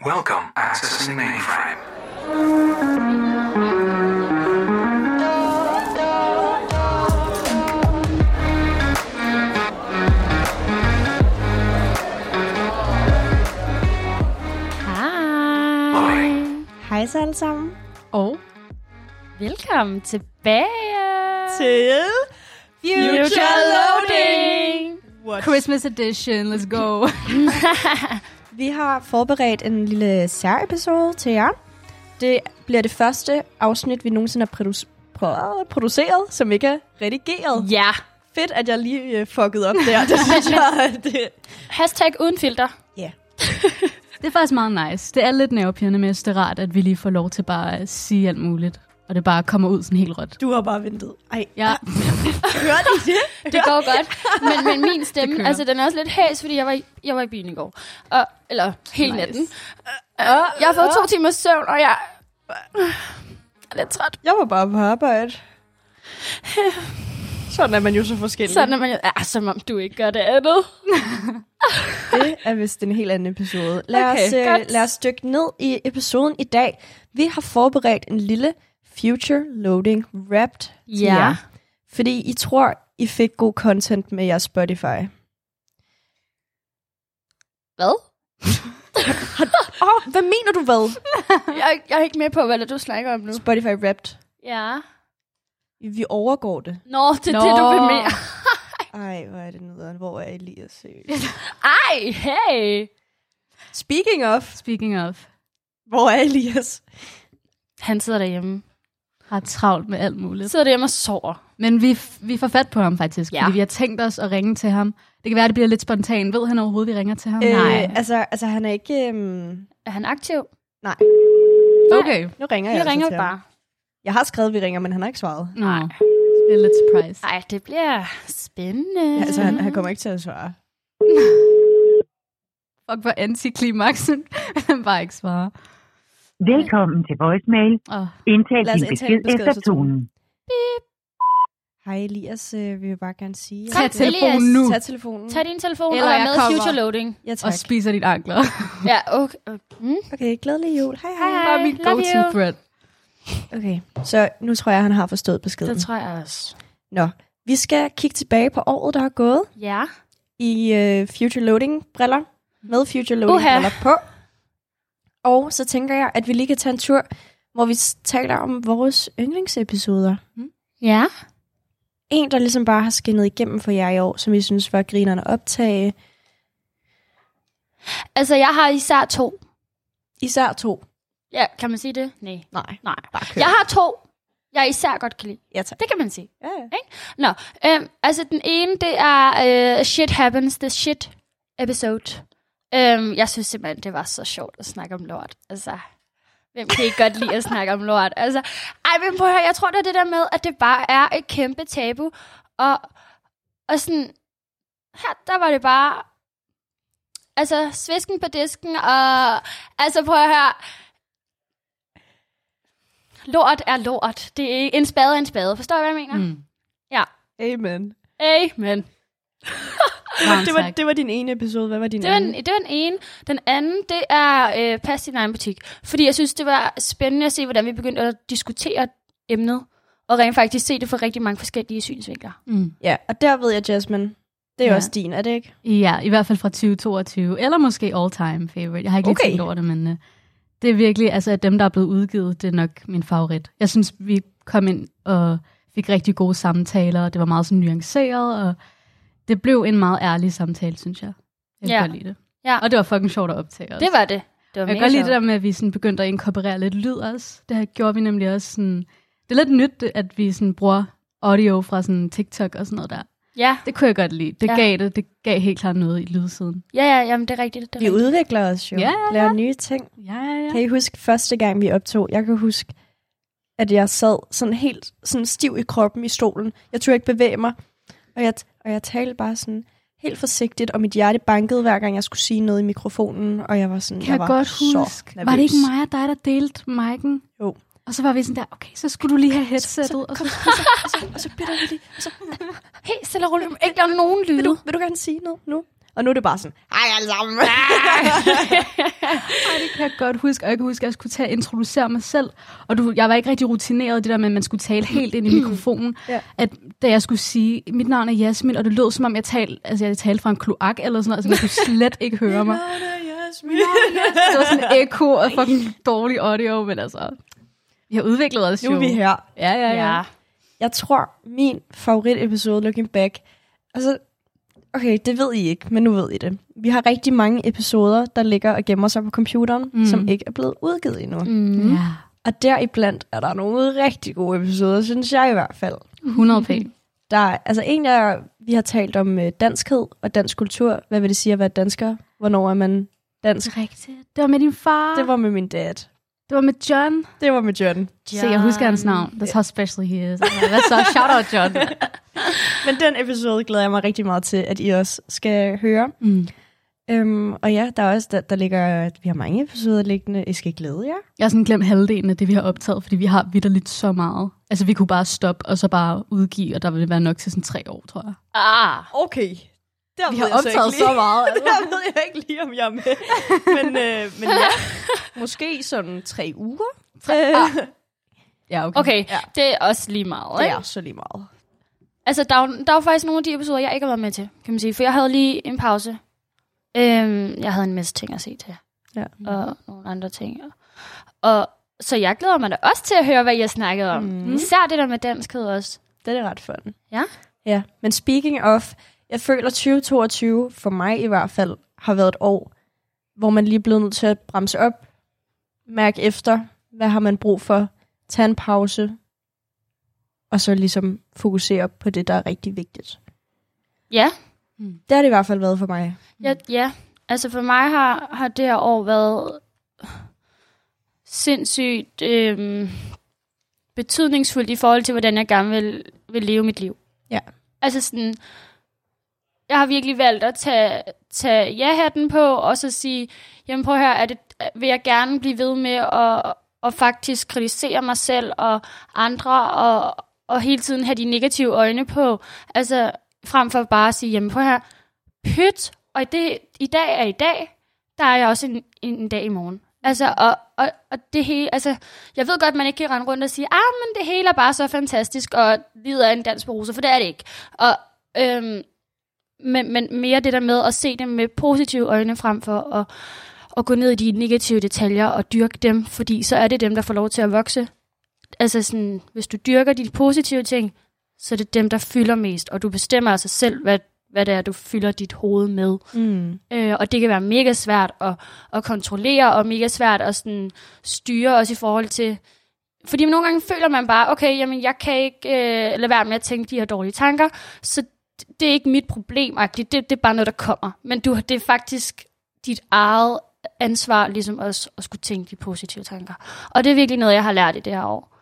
Welcome, accessing mainframe. Hej så alle sammen. Og velkommen tilbage til Future Loading. What? Christmas edition, let's go. Vi har forberedt en lille særepisode til jer. Det bliver det første afsnit, vi nogensinde har produceret, som ikke er redigeret. Ja. Fedt, at jeg lige fuckede op der. Det synes jeg, det... Hashtag uden filter. Ja. Yeah. Det er faktisk meget nice. Det er lidt nervepirrende, men det er rart, at vi lige får lov til bare at sige alt muligt. Og det bare kommer ud sådan helt råt. Du har bare ventet. Ej. Ja. Hørte I det? Det går godt. Men min stemme, altså den er også lidt hæs, fordi jeg var i byen i går. Eller hele natten. Jeg har fået 2 timers søvn, og jeg er lidt træt. Jeg var bare på arbejde. Sådan er man jo så forskellig. Sådan er man jo, som om du ikke gør det andet. Det er vist en helt anden episode. Lad os dykke ned i episoden i dag. Vi har forberedt en lille Future Loading Wrapped til jer. Fordi I tror, I fik god content med jeres Spotify. Hvad? Hvad mener du hvad? Jeg er ikke med på, hvad du snakker om nu. Spotify Wrapped. Ja. Vi overgår det. Nå, det er det, du vil mere. Ej, hvor er det nederen. Hvor er Elias? Ej, hey. Speaking of. Hvor er Elias? Han sidder derhjemme. Har travlt med alt muligt. Sidder derhjemme og sover. Men vi får fat på ham faktisk, fordi vi har tænkt os at ringe til ham. Det kan være, det bliver lidt spontant. Ved han overhovedet, vi ringer til ham? Nej. Altså han er ikke... Er han aktiv? Nej. Okay. Nu ringer jeg Vi ringer til bare. ham. Jeg har skrevet, vi ringer, men han har ikke svaret. Nej. Det er lidt surprise. Nej, det bliver spændende. Ja, altså, han kommer ikke til at svare. Fuck, hvor antiklimaksen. Han bare ikke svarer. Velkommen til voicemail. Indtal din besked efter tonen. Hej Elias, vi vil bare gerne sige... Tag telefonen nu. Tag telefonen. Tag din telefon Eller og vær jeg med kommer. Future Loading. Ja, tak. Og spiser dit ankler. Ja, okay. Okay, glædelig jul. Hej. Bare min love go-to you. thread. Okay, så nu tror jeg, han har forstået beskeden. Det tror jeg også. Nå, vi skal kigge tilbage på året, der har gået Ja. i Future Loading-briller. Med Future Loading-briller på. Og så tænker jeg, at vi lige kan tage en tur, hvor vi taler om vores yndlingsepisoder. Ja. En, der ligesom bare har skinnet igennem for jer i år, som I synes var grinerne optage. Altså, jeg har især 2. Især 2. Ja, kan man sige det? Nej. Nej. Jeg har 2, jeg især godt kan lide. Ja, tak. Det kan man sige. Ja. Nå, altså den ene, det er Shit Happens, the Shit episode. Jeg synes simpelthen, det var så sjovt at snakke om lort. Altså, hvem kan ikke godt lide at snakke om lort? Altså, men prøv at høre, jeg tror, det er det der med, at det bare er et kæmpe tabu. Og sådan, her, der var det bare, altså, svisken på disken, og altså, prøv at høre, lort er lort. Det er en spade er en spade. Forstår du, hvad jeg mener? Ja. Amen. Amen. Det var din ene episode. Hvad var din Det anden? var den ene. Den anden, det er Pas din egen butik. Fordi jeg synes, det var spændende at se, hvordan vi begyndte at diskutere emnet. Og rent faktisk se det fra rigtig mange forskellige synsvinkler. Ja, og der ved jeg, Jasmine, det er også din, er det ikke? Ja, i hvert fald fra 2022. Eller måske all-time favorite. Jeg har ikke lige tænkt over det, men det er virkelig, altså at dem, der er blevet udgivet, det er nok min favorit. Jeg synes, vi kom ind og fik rigtig gode samtaler, og det var meget sådan nuanceret, og det blev en meget ærlig samtale, synes jeg. Jeg kan godt lide det. Ja. Og det var fucking sjovt at optage også. Det var det. Det var jeg kan godt lide det der med, at vi sådan begyndte at inkorporere lidt lyd også. Det gjorde vi nemlig også sådan... Det er lidt nyt, at vi sådan bruger audio fra sådan TikTok og sådan noget der. Ja. Det kunne jeg godt lide. Det gav helt klart noget i lydsiden. Ja, jamen det er rigtigt. Vi udvikler os jo. Lærer nye ting. Ja. Kan I huske første gang, vi optog? Jeg kan huske, at jeg sad sådan helt sådan stiv i kroppen i stolen. Jeg turde ikke bevæge mig. Og jeg talte bare sådan helt forsigtigt, og mit hjerte bankede hver gang, jeg skulle sige noget i mikrofonen. Og jeg var sådan, jeg var godt huske. Var det ikke mig og dig, der delte mic'en? Jo. Og så var vi sådan der, okay, så skulle du lige have headsettet. Og så bytter vi lige. Helt stille og roligt. Ikke lave nogen lyde. Vil du gerne sige noget nu? Og nu er det bare sådan, hej alle sammen. Ej, det kan jeg godt huske. Og jeg kan huske, at jeg skulle til at introducere mig selv. Og jeg var ikke rigtig rutineret i det der med, at man skulle tale helt ind i mikrofonen. At da jeg skulle sige, mit navn er Jasmin, og det lød som om, jeg talte fra en kloak eller sådan noget, så man kunne slet ikke høre mig. Det var sådan en ekko og fucking dårlig audio, men altså, vi har udviklet os jo. Nu er vi her. Ja. Jeg tror, min favoritepisode, Looking Back, altså, okay, det ved I ikke, men nu ved I det. Vi har rigtig mange episoder, der ligger og gemmer sig på computeren, som ikke er blevet udgivet endnu. Ja. Og deriblandt er der nogle rigtig gode episoder, synes jeg i hvert fald. 100p. Der er altså en af, vi har talt om danskhed og dansk kultur. Hvad vil det sige at være dansker? Hvornår er man dansk? Rigtigt. Det var med din far. Det var med min dad. Det var med John. Det var med John. Se, jeg husker hans navn. That's how special he is. Hvad så? Shout out, John. Men den episode glæder jeg mig rigtig meget til, at I også skal høre. Og ja, der er også, der ligger, vi har mange episoder liggende. I skal glæde jer. Jeg har sådan glemt halvdelen af det, vi har optaget, fordi vi har vitterligt så meget. Altså, vi kunne bare stoppe, og så bare udgive, og der ville være nok til sådan 3 år, tror jeg. Okay. Vi har optaget så meget. Altså. Der ved jeg ikke lige, om jeg er med. Men ja, måske sådan 3 uger. Ja, okay. Ja. Det er også lige meget, ikke? Det er så lige meget. Altså, der var faktisk nogle af de episoder, jeg ikke har været med til, kan man sige. For jeg havde lige en pause. Jeg havde en masse ting at se til. Ja. Og nogle andre ting. Så jeg glæder mig da også til at høre, hvad jeg snakkede om. Især det der med danskhed også. Det er ret fun. Ja? Ja, men speaking of, jeg føler 2022, for mig i hvert fald, har været et år, hvor man lige er blevet nødt til at bremse op, mærke efter, hvad har man brug for, tage en pause, og så ligesom fokusere på det, der er rigtig vigtigt. Ja. Det har det i hvert fald været for mig. Ja. Altså for mig har det her år været sindssygt betydningsfuldt i forhold til, hvordan jeg gerne vil leve mit liv. Ja. Altså sådan, jeg har virkelig valgt at tage ja-hatten på, og så sige, jamen prøv at høre, vil jeg gerne blive ved med at faktisk kritisere mig selv og andre, og hele tiden have de negative øjne på, altså frem for bare at sige, jamen prøv at høre, pyt, og i dag er i dag, der er jeg også en dag i morgen. Altså, og det hele, altså, jeg ved godt, man ikke kan rende rundt og sige, men det hele er bare så fantastisk, og livet er en dans på roser, for det er det ikke. Og, men mere det der med at se dem med positive øjne, frem for at gå ned i de negative detaljer og dyrke dem, fordi så er det dem, der får lov til at vokse. Altså sådan, hvis du dyrker de positive ting, så er det dem, der fylder mest, og du bestemmer altså selv, hvad det er, du fylder dit hoved med. Og det kan være mega svært at kontrollere, og mega svært at sådan styre også i forhold til... Fordi nogle gange føler man bare, okay, jamen jeg kan ikke lade være med at tænke de her dårlige tanker, så det er ikke mit problem. Det er bare noget, der kommer. Men det er faktisk dit eget ansvar, ligesom også at skulle tænke de positive tanker. Og det er virkelig noget, jeg har lært i det her år.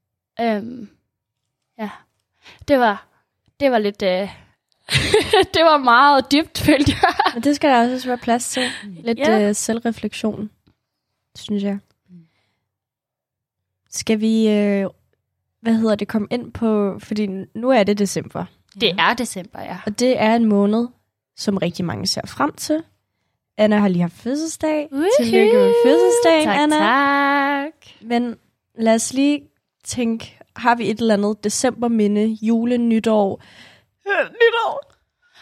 Ja, det var lidt... det var meget dybt, følte jeg. Men det skal der også være plads til. Lidt selvreflektion, synes jeg. Skal vi, komme ind på... Fordi nu er det december. Det er december, ja. Og det er en måned, som rigtig mange ser frem til. Anna har lige haft fødselsdag. Tillykke med fødselsdagen, tak, Anna. Tak. Men lad os lige tænke, har vi et eller andet decemberminde, jule, nytår? Nytår!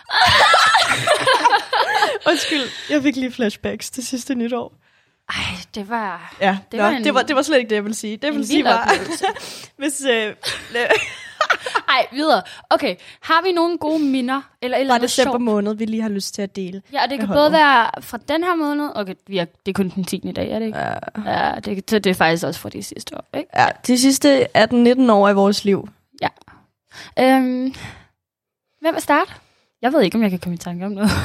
Undskyld, jeg fik lige flashbacks til sidste nytår. Ej, det var... Ja, det var slet ikke det, jeg ville sige. Det jeg ville sige var... hvis... Ej, videre. Okay, har vi nogle gode minder? Eller var december måned, vi lige har lyst til at dele? Ja, og det kan både være fra den her måned... Okay, det er kun den 10. i dag, er det ikke? Ja, det er faktisk også fra de sidste år, ikke? Ja, de sidste 18-19 år i vores liv. Ja. Hvem vil starte? Jeg ved ikke, om jeg kan komme i tanke om noget.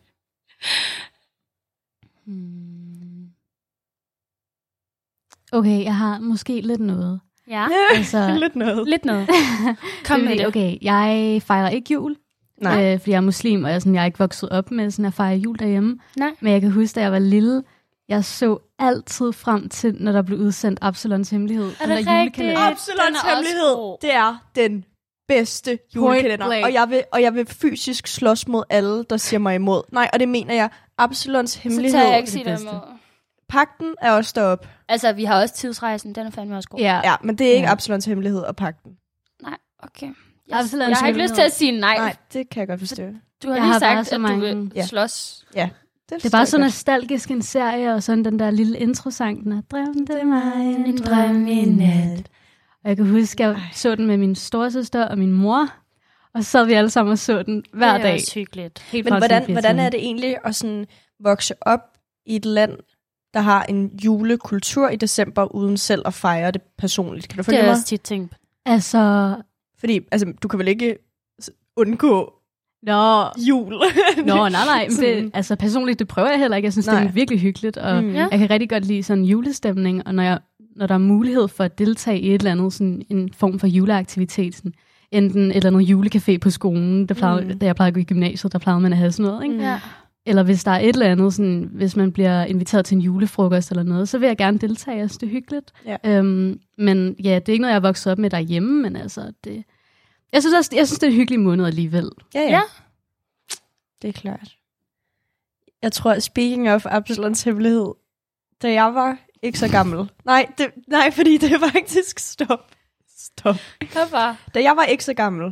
Okay, jeg har måske lidt noget. Ja, altså, lidt noget. Kom med det. Okay, jeg fejrer ikke jul. Nej. Fordi jeg er muslim, og jeg er ikke vokset op med sådan at fejre jul derhjemme. Nej. Men jeg kan huske, da jeg var lille, jeg så altid frem til, når der blev udsendt Absalons Hemmelighed. Er det rigtigt? Absalons Hemmelighed, det er den bedste julekalender, og jeg vil fysisk slås mod alle, der siger mig imod. Nej, og det mener jeg. Absalons Hemmelighed. Så tager jeg ikke sige det imod. Pagten er også deroppe. Altså, vi har også Tidsrejsen. Den er fandme også god. Ja, men det er ikke Absalons Hemmelighed og Pagten. Nej, okay. Jeg har ikke lyst til at sige nej. Nej, det kan jeg godt forstå. Du har lige sagt, at du vil slås. Ja. Det er bare så nostalgisk en serie, og sådan den der lille introsang, den er drømte mig en drøm i nat. Og jeg kan huske, at jeg så den med min storesøster og min mor, og så sad vi alle sammen og så den hver dag. Det er også hyggeligt. Men hvordan er det egentlig at sådan vokse op i et land, der har en julekultur i december, uden selv at fejre det personligt? Kan du følge mig? Det er også tit tænkt. Altså... Fordi du kan vel ikke undgå jul? Nej. Men det, altså personligt, det prøver jeg heller ikke. Jeg synes, det er virkelig hyggeligt, og jeg kan rigtig godt lide sådan julestemning, og når der er mulighed for at deltage i et eller andet, sådan en form for juleaktivitet, sådan, enten et eller andet julecafé på skolen, da jeg plejede at gå i gymnasiet, der plejede man at have sådan noget, ikke? Ja. Eller hvis der er et eller andet, sådan, hvis man bliver inviteret til en julefrokost eller noget, så vil jeg gerne deltage. Jeg synes, det er hyggeligt. Ja. Men ja, det er ikke noget, jeg er vokset op med derhjemme, men altså, jeg synes, det er en hyggelig måned alligevel. Ja. Det er klart. Jeg tror, speaking of Absalons Hemmelighed, da jeg var ikke så gammel. Nej, fordi det er faktisk stop. Hvorfor? Da jeg var ikke så gammel,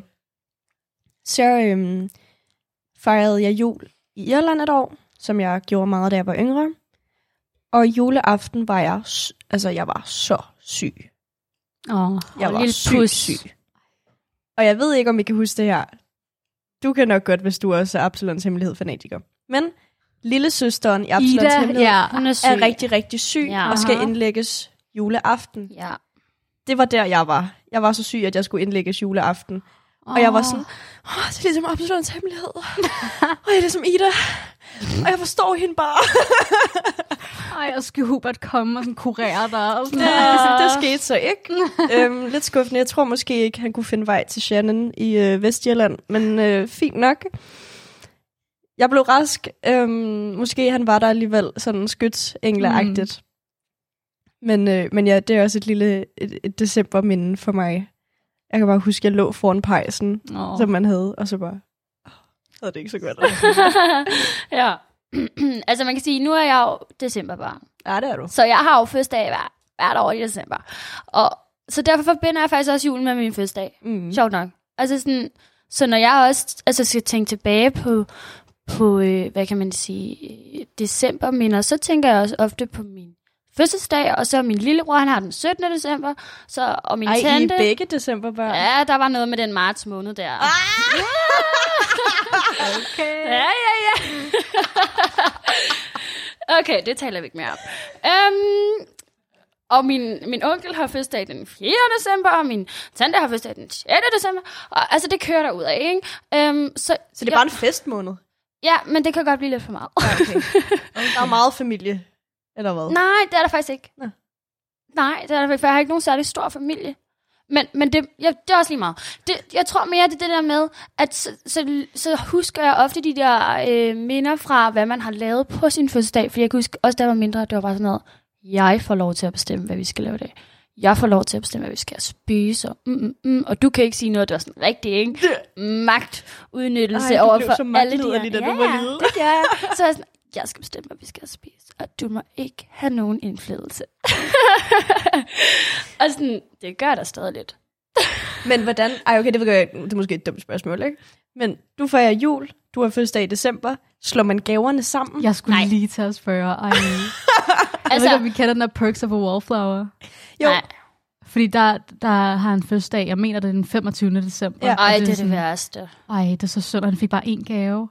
så fejrede jeg jul i Irland et år, som jeg gjorde meget, da jeg var yngre. Og juleaften var jeg var så syg. Jeg var syg. Og jeg ved ikke, om I kan huske det her. Du kan nok godt, hvis du også er Absalons Hemmelighed-fanatiker. Men lillesøsteren i Absalons Hemmelighed er rigtig, rigtig syg og skal indlægges juleaften. Ja. Det var der, jeg var. Jeg var så syg, at jeg skulle indlægges juleaften. Og jeg var sådan, det er ligesom Absalons Hemmelighed. Og jeg er ligesom Ida. Og jeg forstår hende bare. Jeg skulle Hubert komme og sådan kurere dig. Og sådan. Det skete så ikke. Lidt skuffende. Jeg tror måske ikke, han kunne finde vej til Shannon i Vestjylland. Men fint nok. Jeg blev rask. Måske han var der alligevel sådan skytsengleagtigt. Men ja, det er også et lille et decemberminde for mig. Jeg kan bare huske, at jeg lå foran pejsen, som man havde, og så bare havde det ikke så godt. Ja. Altså man kan sige, nu er jeg jo decemberbarn. Ja, det er du. Så jeg har jo fødselsdag hvert år i december. Og så derfor forbinder jeg faktisk også julen med min fødselsdag. Sjovt nok. Altså sådan, så når jeg også skal tænke tilbage på hvad kan man sige, decemberminder, så tænker jeg også ofte på min fødselsdag, og så min lillebror, han har den 17. december, og min tante... I begge decemberbørn? Ja, der var noget med den marts måned der. Okay. Ja. Okay, det taler vi ikke mere om. Og min onkel har fødselsdag den 4. december, og min tante har fødselsdag den 6. december. Og, altså, det kører der ud af, ikke? Så det er bare en festmåned? Ja, men det kan godt blive lidt for meget. Okay. Der er meget familie. Eller hvad? Nej, det er der faktisk ikke. Nej, det er der faktisk, for jeg har ikke nogen særlig stor familie. Men det er også lige meget. Jeg tror mere, det er det der med, at så husker jeg ofte de der minder fra, hvad man har lavet på sin fødselsdag. For jeg kan huske, også da jeg var mindre, det var bare sådan noget, jeg får lov til at bestemme, hvad vi skal lave i dag. Jeg får lov til at bestemme, hvad vi skal spise. Og du kan ikke sige noget, det var sådan rigtig, ikke? Magtudnyttelse over for alle de her. Da du var lille. Det gør jeg. Så jeg sådan, jeg skal bestemme, hvad vi skal spise, og du må ikke have nogen indflydelse. Og sådan, det gør der stadig lidt. Men hvordan... okay, det er måske et dumt spørgsmål, ikke? Men du fejrer jul, du har fødselsdag i december, slår man gaverne sammen? Jeg skulle lige til at spørge. Jeg ved ikke, vi kender den der Perks of a Wallflower. Jo. Nej. Fordi der har han fødselsdag, jeg mener, det er den 25. december. Ja. Ej, det er det værste. Ej, det er så synd, han fik bare én gave.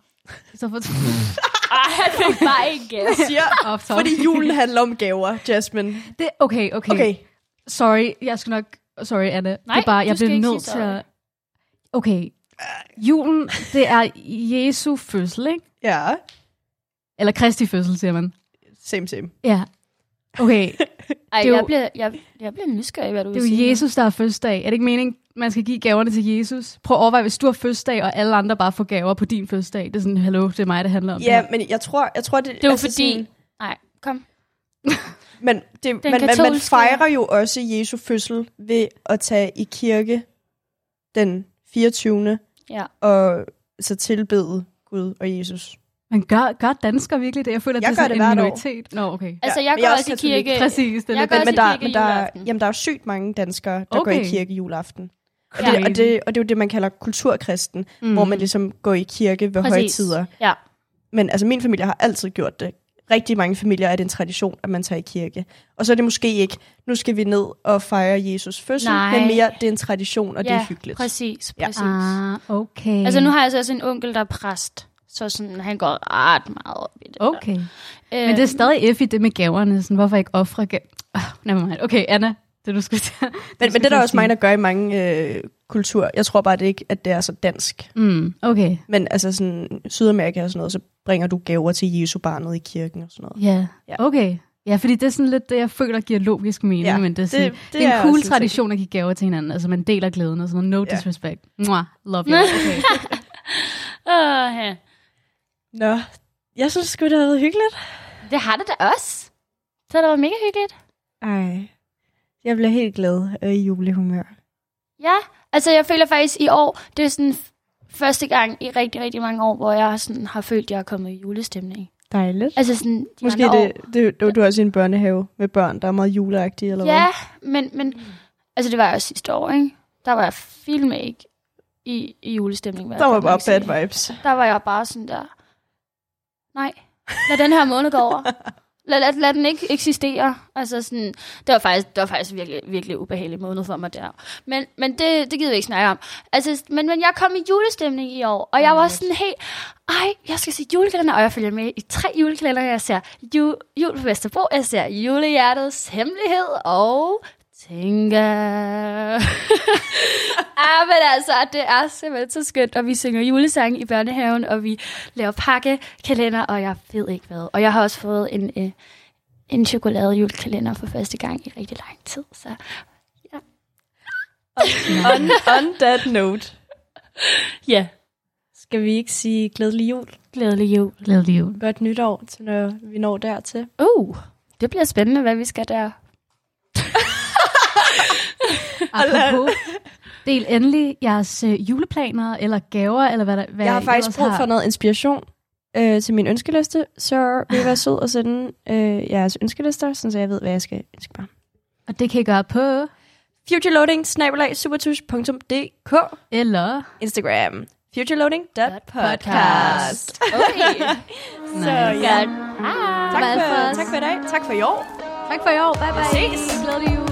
Han fik bare én gave. Fordi julen handler om gaver, Jasmine. Det, okay. Sorry, jeg skal nok... Sorry, Anne. Nej, det er bare, jeg bliver nødt til at... Okay. Julen, det er Jesu fødsel, ikke? Ja. Eller Kristi fødsel, siger man. Same. Ja. Okay. Ej, jeg bliver nysgerrig, hvad du vil sige. Det er jo Jesus, der har fødselsdag. Er det ikke meningen, man skal give gaverne til Jesus? Prøv at overveje, hvis du har fødselsdag, og alle andre bare får gaver på din fødselsdag. Det er sådan, hallo, det er mig, det handler om. Ja, men jeg tror det... Det er jo fordi... Sådan... Nej, kom. Men man fejrer jo også Jesu fødsel ved at tage i kirke den 24. Og så tilbede Gud og Jesus. Men gør danskere virkelig det? Jeg føler, at det er sådan en minoritet. Nå, okay. Altså, jeg går også i kirke. Præcis. Jeg går også i kirke juleaften. Jamen, der er jo sygt mange danskere, der går i kirke juleaften. Og det er jo det, man kalder kulturkristen, hvor man ligesom går i kirke ved højtider. Ja. Men altså, min familie har altid gjort det. Rigtig mange familier er det en tradition, at man tager i kirke. Og så er det måske ikke, nu skal vi ned og fejre Jesus fødsel, men mere, det er en tradition, og det er hyggeligt. Præcis. Okay. Altså, nu har jeg så også en onkel, der er præst. Så sådan, han går ret meget op i det. Okay. Men det er stadig i det med gaverne. Sådan, hvorfor ikke ofre gaver? Okay, Anna, det du skulle tage. Men det er der også mange, der gør i mange kulturer. Jeg tror bare det ikke, at det er så dansk. Okay. Men altså sådan Sydamerika og sådan noget, så bringer du gaver til Jesu barnet i kirken og sådan noget. Ja, okay. Ja, fordi det er sådan lidt det, jeg føler giver logisk mening, men det er, sådan, det er en cool tradition at give gaver til hinanden. Altså man deler glæden og sådan noget. No disrespect. Mwah, love you. Okay. Nå, jeg synes sgu, det har været hyggeligt. Det har det da også. Så det var mega hyggeligt. Ej, jeg bliver helt glad i julehumør. Ja, altså jeg føler faktisk i år, det er sådan første gang i rigtig, rigtig mange år, hvor jeg sådan har følt, at jeg er kommet i julestemning. Dejligt. Altså sådan måske du er også i en børnehave med børn, der er meget juleagtige, eller hvad? Ja, men altså det var jeg også sidste år, ikke? Der var jeg filmet ikke i julestemning. Der var bare bad vibes. Der var jeg bare sådan der, nej, lad den her måned gå over. Lad den ikke eksistere. Altså sådan, det var faktisk virkelig, virkelig ubehagelig måned for mig der. Men det gider vi ikke snakke om. Altså, men jeg kom i julestemning i år, og jeg var sådan helt, jeg skal se julekalender, og jeg følger med i 3 julekalender. Jeg ser Jul på Vesterbro, jeg ser Julehjertets Hemmelighed, og tænker... men altså, det er simpelthen så skønt, og vi synger julesange i børnehaven, og vi laver pakkekalender, og jeg ved ikke hvad. Og jeg har også fået en chokolade julekalender for første gang i rigtig lang tid, så ja. On that note. Ja. Skal vi ikke sige glædelig jul? Glædelig jul. Glædelig jul. Godt nytår, til når vi når dertil. Det bliver spændende, hvad vi skal der. Apropos, del endelig jeres juleplaner eller gaver, eller hvad jeg har faktisk brug for noget inspiration til min ønskeliste, så vil jeg være sød og sende jeres ønskelister, så jeg ved, hvad jeg skal ønske mig. Og det kan I gøre på futureloading@supertush.dk eller Instagram futureloading.podcast. Okay. Så ja. Tak for i dag. Tak for i år. Tak for i år. Bye bye. Ses. Glædelig jul.